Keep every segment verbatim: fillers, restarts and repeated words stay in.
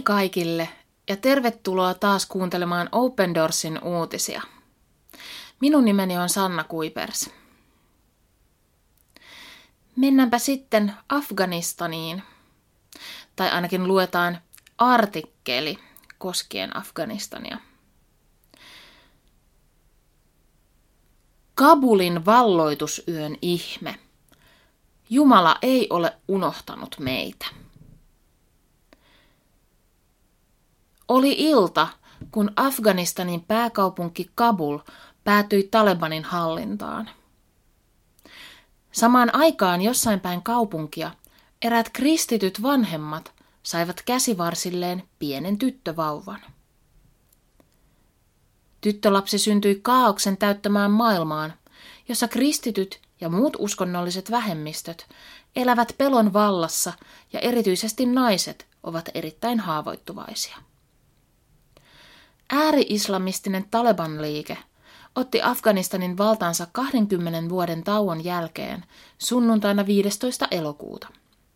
kaikille ja tervetuloa taas kuuntelemaan Open Doorsin uutisia. Minun nimeni on Sanna Kuipers. Mennäänpä sitten Afganistaniin, tai ainakin luetaan artikkeli koskien Afganistania. Kabulin valloitusyön ihme. Jumala ei ole unohtanut meitä. Oli ilta, kun Afganistanin pääkaupunki Kabul päätyi Talebanin hallintaan. Samaan aikaan jossain päin kaupunkia eräät kristityt vanhemmat saivat käsivarsilleen pienen tyttövauvan. Tyttölapsi syntyi kaaoksen täyttämään maailmaan, jossa kristityt ja muut uskonnolliset vähemmistöt elävät pelon vallassa ja erityisesti naiset ovat erittäin haavoittuvaisia. Ääri-islamistinen Taleban-liike otti Afganistanin valtaansa kahdenkymmenen vuoden tauon jälkeen sunnuntaina viidestoista elokuuta.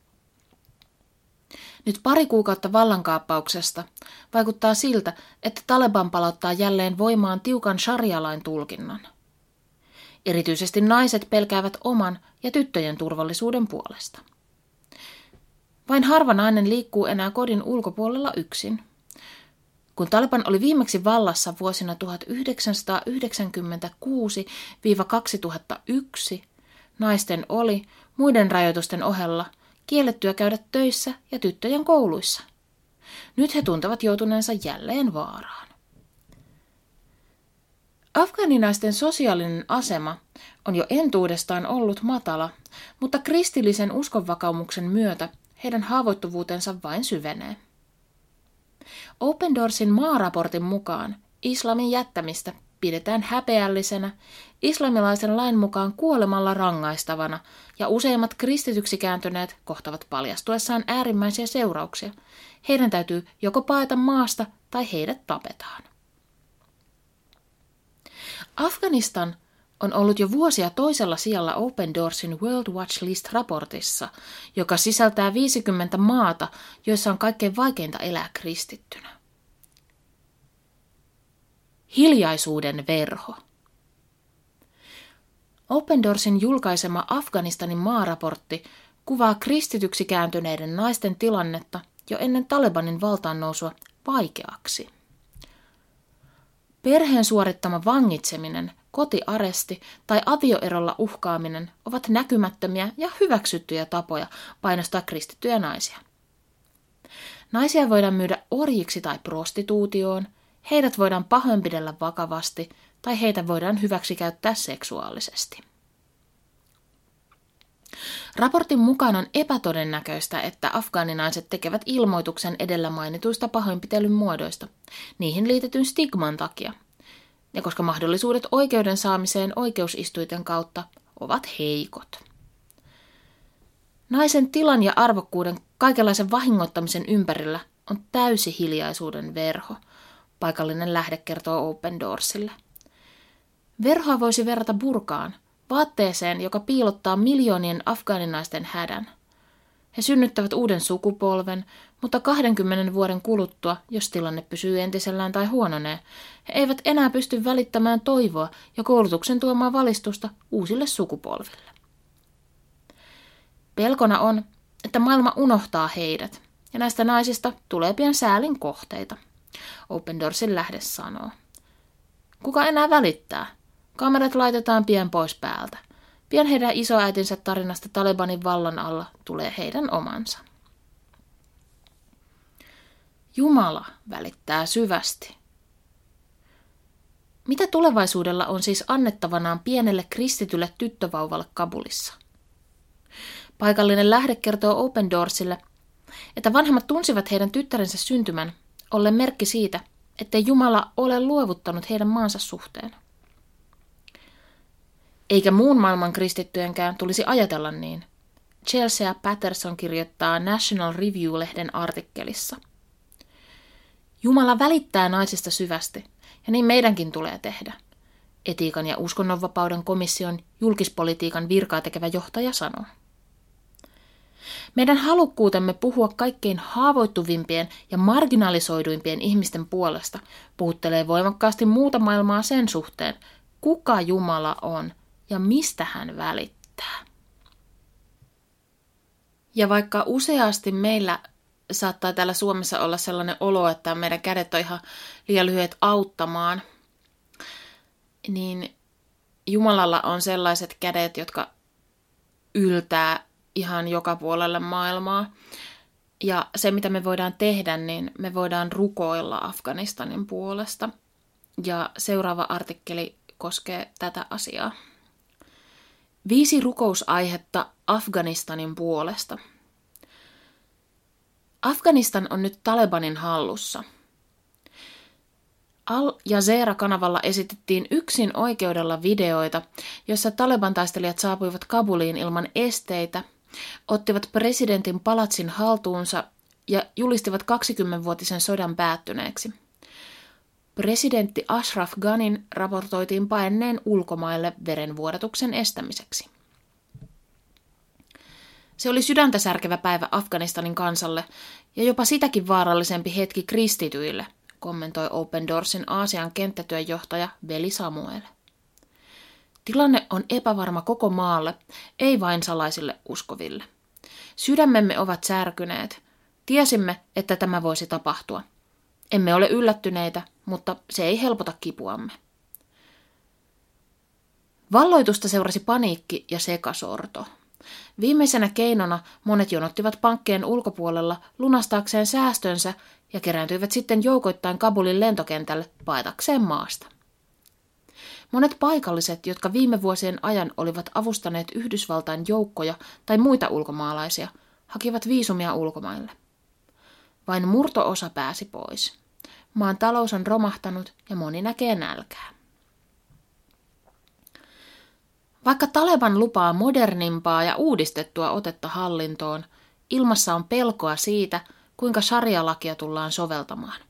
Nyt pari kuukautta vallankaappauksesta vaikuttaa siltä, että Taleban palauttaa jälleen voimaan tiukan sharia-lain tulkinnan. Erityisesti naiset pelkäävät oman ja tyttöjen turvallisuuden puolesta. Vain harva nainen liikkuu enää kodin ulkopuolella yksin. Kun Taleban oli viimeksi vallassa vuosina tuhatyhdeksänsataayhdeksänkymmentäkuusi kaksituhattayksi, naisten oli muiden rajoitusten ohella kiellettyä käydä töissä ja tyttöjen kouluissa. Nyt he tuntevat joutuneensa jälleen vaaraan. Afgaaninaisten sosiaalinen asema on jo entuudestaan ollut matala, mutta kristillisen uskonvakaumuksen myötä heidän haavoittuvuutensa vain syvenee. Open Doorsin maaraportin mukaan islamin jättämistä pidetään häpeällisenä, islamilaisen lain mukaan kuolemalla rangaistavana ja useimmat kristityksi kääntyneet kohtavat paljastuessaan äärimmäisiä seurauksia. Heidän täytyy joko paeta maasta tai heidät tapetaan. Afganistan on ollut jo vuosia toisella sijalla Open Doorsin World Watch List-raportissa, joka sisältää viisikymmentä maata, joissa on kaikkein vaikeinta elää kristittynä. Hiljaisuuden verho. Open Doorsin julkaisema Afganistanin maaraportti kuvaa kristityksi kääntyneiden naisten tilannetta jo ennen Talebanin valtaannousua vaikeaksi. Perheen suorittama vangitseminen, kotiaresti tai avioerolla uhkaaminen ovat näkymättömiä ja hyväksyttyjä tapoja painostaa kristittyjä naisia. Naisia voidaan myydä orjiksi tai prostituutioon, heidät voidaan pahoinpidellä vakavasti tai heitä voidaan hyväksikäyttää seksuaalisesti. Raportin mukaan on epätodennäköistä, että afgaaninaiset tekevät ilmoituksen edellä mainituista pahoinpitelyn muodoista, niihin liitetyn stigman takia, ja koska mahdollisuudet oikeuden saamiseen oikeusistuinten kautta ovat heikot. Naisen tilan ja arvokkuuden kaikenlaisen vahingoittamisen ympärillä on täysi hiljaisuuden verho, paikallinen lähde kertoo Open Doorsille. Verhoa voisi verrata burkaan, vaatteeseen, joka piilottaa miljoonien afgaaninaisten hädän. He synnyttävät uuden sukupolven, mutta kahdenkymmenen vuoden kuluttua, jos tilanne pysyy entisellään tai huononee, he eivät enää pysty välittämään toivoa ja koulutuksen tuomaa valistusta uusille sukupolville. Pelkona on, että maailma unohtaa heidät, ja näistä naisista tulee pian säälin kohteita, Open Doorsin lähde sanoo. Kuka enää välittää? Kamerat laitetaan pian pois päältä. Pian heidän isoäitinsä tarinasta Talebanin vallan alla tulee heidän omansa. Jumala välittää syvästi. Mitä tulevaisuudella on siis annettavanaan pienelle kristitylle tyttövauvalle Kabulissa? Paikallinen lähde kertoo Open Doorsille, että vanhemmat tunsivat heidän tyttärensä syntymän ollen merkki siitä, ettei Jumala ole luovuttanut heidän maansa suhteen. Eikä muun maailman kristittyjenkään tulisi ajatella niin. Chelsea Patterson kirjoittaa National Review-lehden artikkelissa. Jumala välittää naisista syvästi, ja niin meidänkin tulee tehdä. Etiikan ja uskonnonvapauden komission julkispolitiikan virkaa tekevä johtaja sanoo. Meidän halukkuutemme puhua kaikkein haavoittuvimpien ja marginalisoiduimpien ihmisten puolesta puhuttelee voimakkaasti muuta maailmaa sen suhteen, kuka Jumala on ja mistä hän välittää. Ja vaikka useasti meillä saattaa täällä Suomessa olla sellainen olo, että meidän kädet on ihan liian lyhyet auttamaan, niin Jumalalla on sellaiset kädet, jotka yltää ihan joka puolelle maailmaa. Ja se, mitä me voidaan tehdä, niin me voidaan rukoilla Afganistanin puolesta. Ja seuraava artikkeli koskee tätä asiaa. Viisi rukousaihetta Afganistanin puolesta. Afganistan on nyt Talebanin hallussa. Al Jazeera-kanavalla esitettiin yksin oikeudella videoita, joissa Taleban-taistelijat saapuivat Kabuliin ilman esteitä, ottivat presidentin palatsin haltuunsa ja julistivat kaksikymmenvuotisen sodan päättyneeksi. Presidentti Ashraf Ghanin raportoitiin paenneen ulkomaille verenvuodatuksen estämiseksi. Se oli sydäntä särkevä päivä Afganistanin kansalle ja jopa sitäkin vaarallisempi hetki kristityille, kommentoi Open Doorsin Aasian kenttätyönjohtaja Veli Samuel. Tilanne on epävarma koko maalle, ei vain salaisille uskoville. Sydämemme ovat särkyneet. Tiesimme, että tämä voisi tapahtua. Emme ole yllättyneitä, mutta se ei helpota kipuamme. Valloitusta seurasi paniikki ja sekasorto. Viimeisenä keinona monet jonottivat pankkien ulkopuolella lunastaakseen säästönsä ja kerääntyivät sitten joukoittain Kabulin lentokentälle paetakseen maasta. Monet paikalliset, jotka viime vuosien ajan olivat avustaneet Yhdysvaltain joukkoja tai muita ulkomaalaisia, hakivat viisumia ulkomaille. Vain murto-osa pääsi pois. Maan talous on romahtanut ja moni näkee nälkää. Vaikka Taleban lupaa modernimpaa ja uudistettua otetta hallintoon, ilmassa on pelkoa siitä, kuinka sharia-lakia tullaan soveltamaan.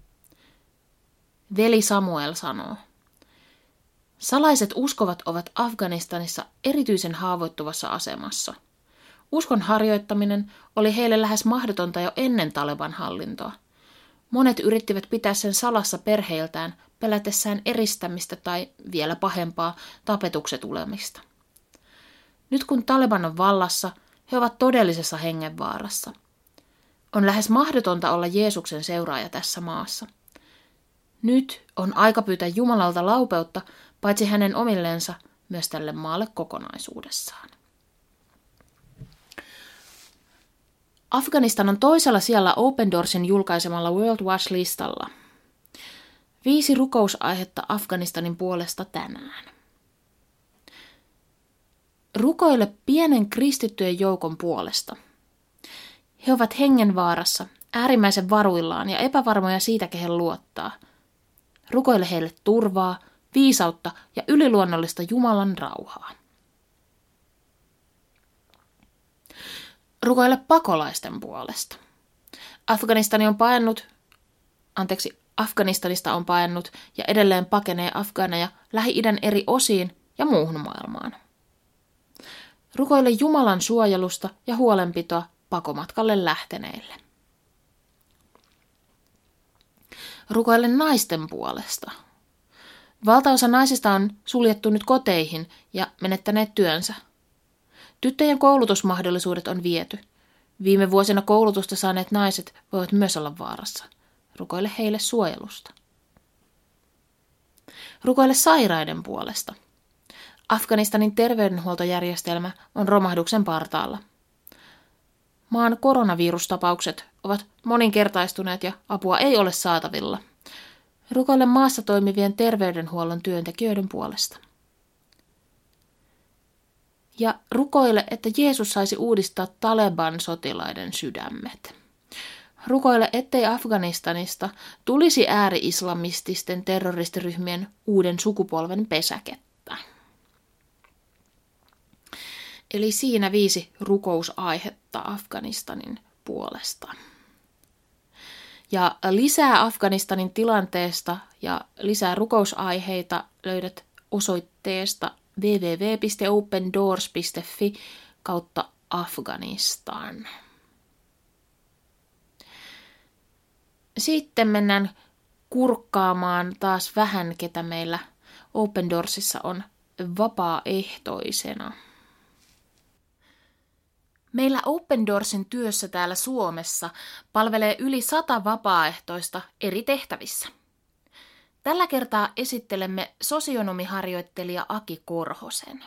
Veli Samuel sanoo, salaiset uskovat ovat Afganistanissa erityisen haavoittuvassa asemassa. Uskon harjoittaminen oli heille lähes mahdotonta jo ennen Taleban hallintoa. Monet yrittivät pitää sen salassa perheiltään pelätessään eristämistä tai vielä pahempaa tapetukset tulemista. Nyt kun Taleban on vallassa, he ovat todellisessa hengenvaarassa. On lähes mahdotonta olla Jeesuksen seuraaja tässä maassa. Nyt on aika pyytää Jumalalta laupeutta paitsi hänen omillensa, myös tälle maalle kokonaisuudessaan. Afganistan on toisella siellä Open Doorsin julkaisemalla World Watch-listalla. Viisi rukousaihetta Afganistanin puolesta tänään. Rukoile pienen kristittyjen joukon puolesta. He ovat hengenvaarassa, äärimmäisen varuillaan ja epävarmoja siitä, kehen luottaa. Rukoile heille turvaa, viisautta ja yliluonnollista Jumalan rauhaa. Rukoile pakolaisten puolesta. Afganistani on paennut, anteeksi, Afganistanista on paennut ja edelleen pakenee afgaaneja Lähi-idän eri osiin ja muuhun maailmaan. Rukoile Jumalan suojelusta ja huolenpitoa pakomatkalle lähteneille. Rukoile naisten puolesta. Valtaosa naisista on suljettu nyt koteihin ja menettäneet työnsä. Tyttöjen koulutusmahdollisuudet on viety. Viime vuosina koulutusta saaneet naiset voivat myös olla vaarassa. Rukoile heille suojelusta. Rukoile sairaiden puolesta. Afganistanin terveydenhuoltojärjestelmä on romahduksen partaalla. Maan koronavirustapaukset ovat moninkertaistuneet ja apua ei ole saatavilla. Rukoile maassa toimivien terveydenhuollon työntekijöiden puolesta. Ja rukoile, että Jeesus saisi uudistaa Taleban-sotilaiden sydämet. Rukoile, ettei Afganistanista tulisi ääri-islamististen terroristiryhmien uuden sukupolven pesäkettä. Eli siinä viisi rukousaihetta Afganistanin puolesta. Ja lisää Afganistanin tilanteesta ja lisää rukousaiheita löydät osoitteesta double-u double-u double-u piste open doors piste fi kautta Afganistan. Sitten mennään kurkkaamaan taas vähän, ketä meillä Open Doorsissa on vapaaehtoisena. Meillä Open Doorsin työssä täällä Suomessa palvelee yli sata vapaaehtoista eri tehtävissä. Tällä kertaa esittelemme sosionomiharjoittelija Aki Korhosen.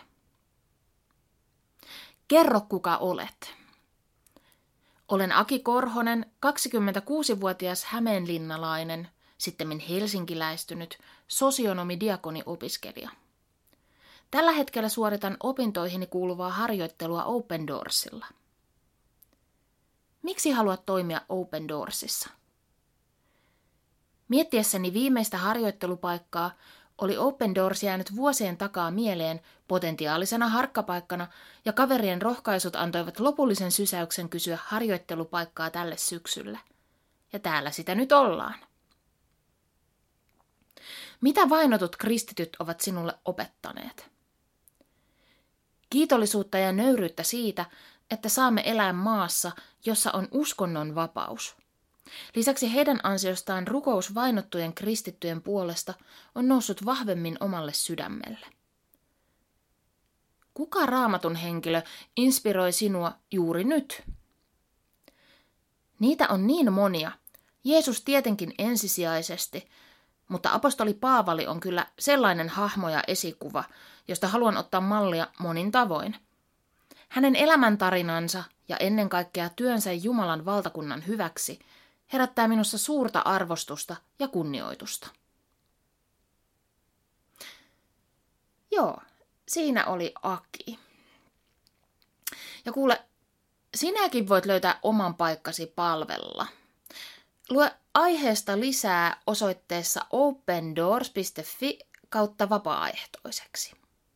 Kerro, kuka olet. Olen Aki Korhonen, kaksikymmentäkuusivuotias hämeenlinnalainen, sittemmin helsinkiläistynyt sosionomi-diakoni-opiskelija. Tällä hetkellä suoritan opintoihini kuuluvaa harjoittelua Open Doorsilla. Miksi haluat toimia Open Doorsissa? Miettiessäni viimeistä harjoittelupaikkaa oli Open Doors jäänyt vuosien takaa mieleen potentiaalisena harkkapaikkana ja kaverien rohkaisut antoivat lopullisen sysäyksen kysyä harjoittelupaikkaa tälle syksylle. Ja täällä sitä nyt ollaan. Mitä vainotut kristityt ovat sinulle opettaneet? Kiitollisuutta ja nöyryyttä siitä, että saamme elää maassa, jossa on uskonnon vapaus. Lisäksi heidän ansiostaan rukous vainottujen kristittyjen puolesta on noussut vahvemmin omalle sydämelle. Kuka Raamatun henkilö inspiroi sinua juuri nyt? Niitä on niin monia. Jeesus tietenkin ensisijaisesti, mutta apostoli Paavali on kyllä sellainen hahmo ja esikuva, josta haluan ottaa mallia monin tavoin. Hänen elämäntarinansa ja ennen kaikkea työnsä Jumalan valtakunnan hyväksi herättää minussa suurta arvostusta ja kunnioitusta. Joo, siinä oli Aki. Ja kuule, sinäkin voit löytää oman paikkasi palvella. Lue aiheesta lisää osoitteessa opendoors piste fi kautta vapaaehtoiseksi.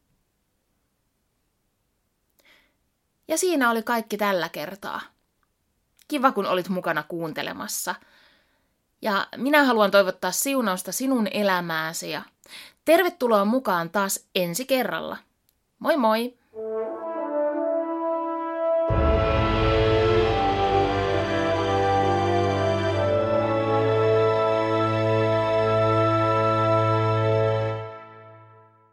Ja siinä oli kaikki tällä kertaa. Kiva, kun olit mukana kuuntelemassa. Ja minä haluan toivottaa siunausta sinun elämääsi ja tervetuloa mukaan taas ensi kerralla. Moi moi!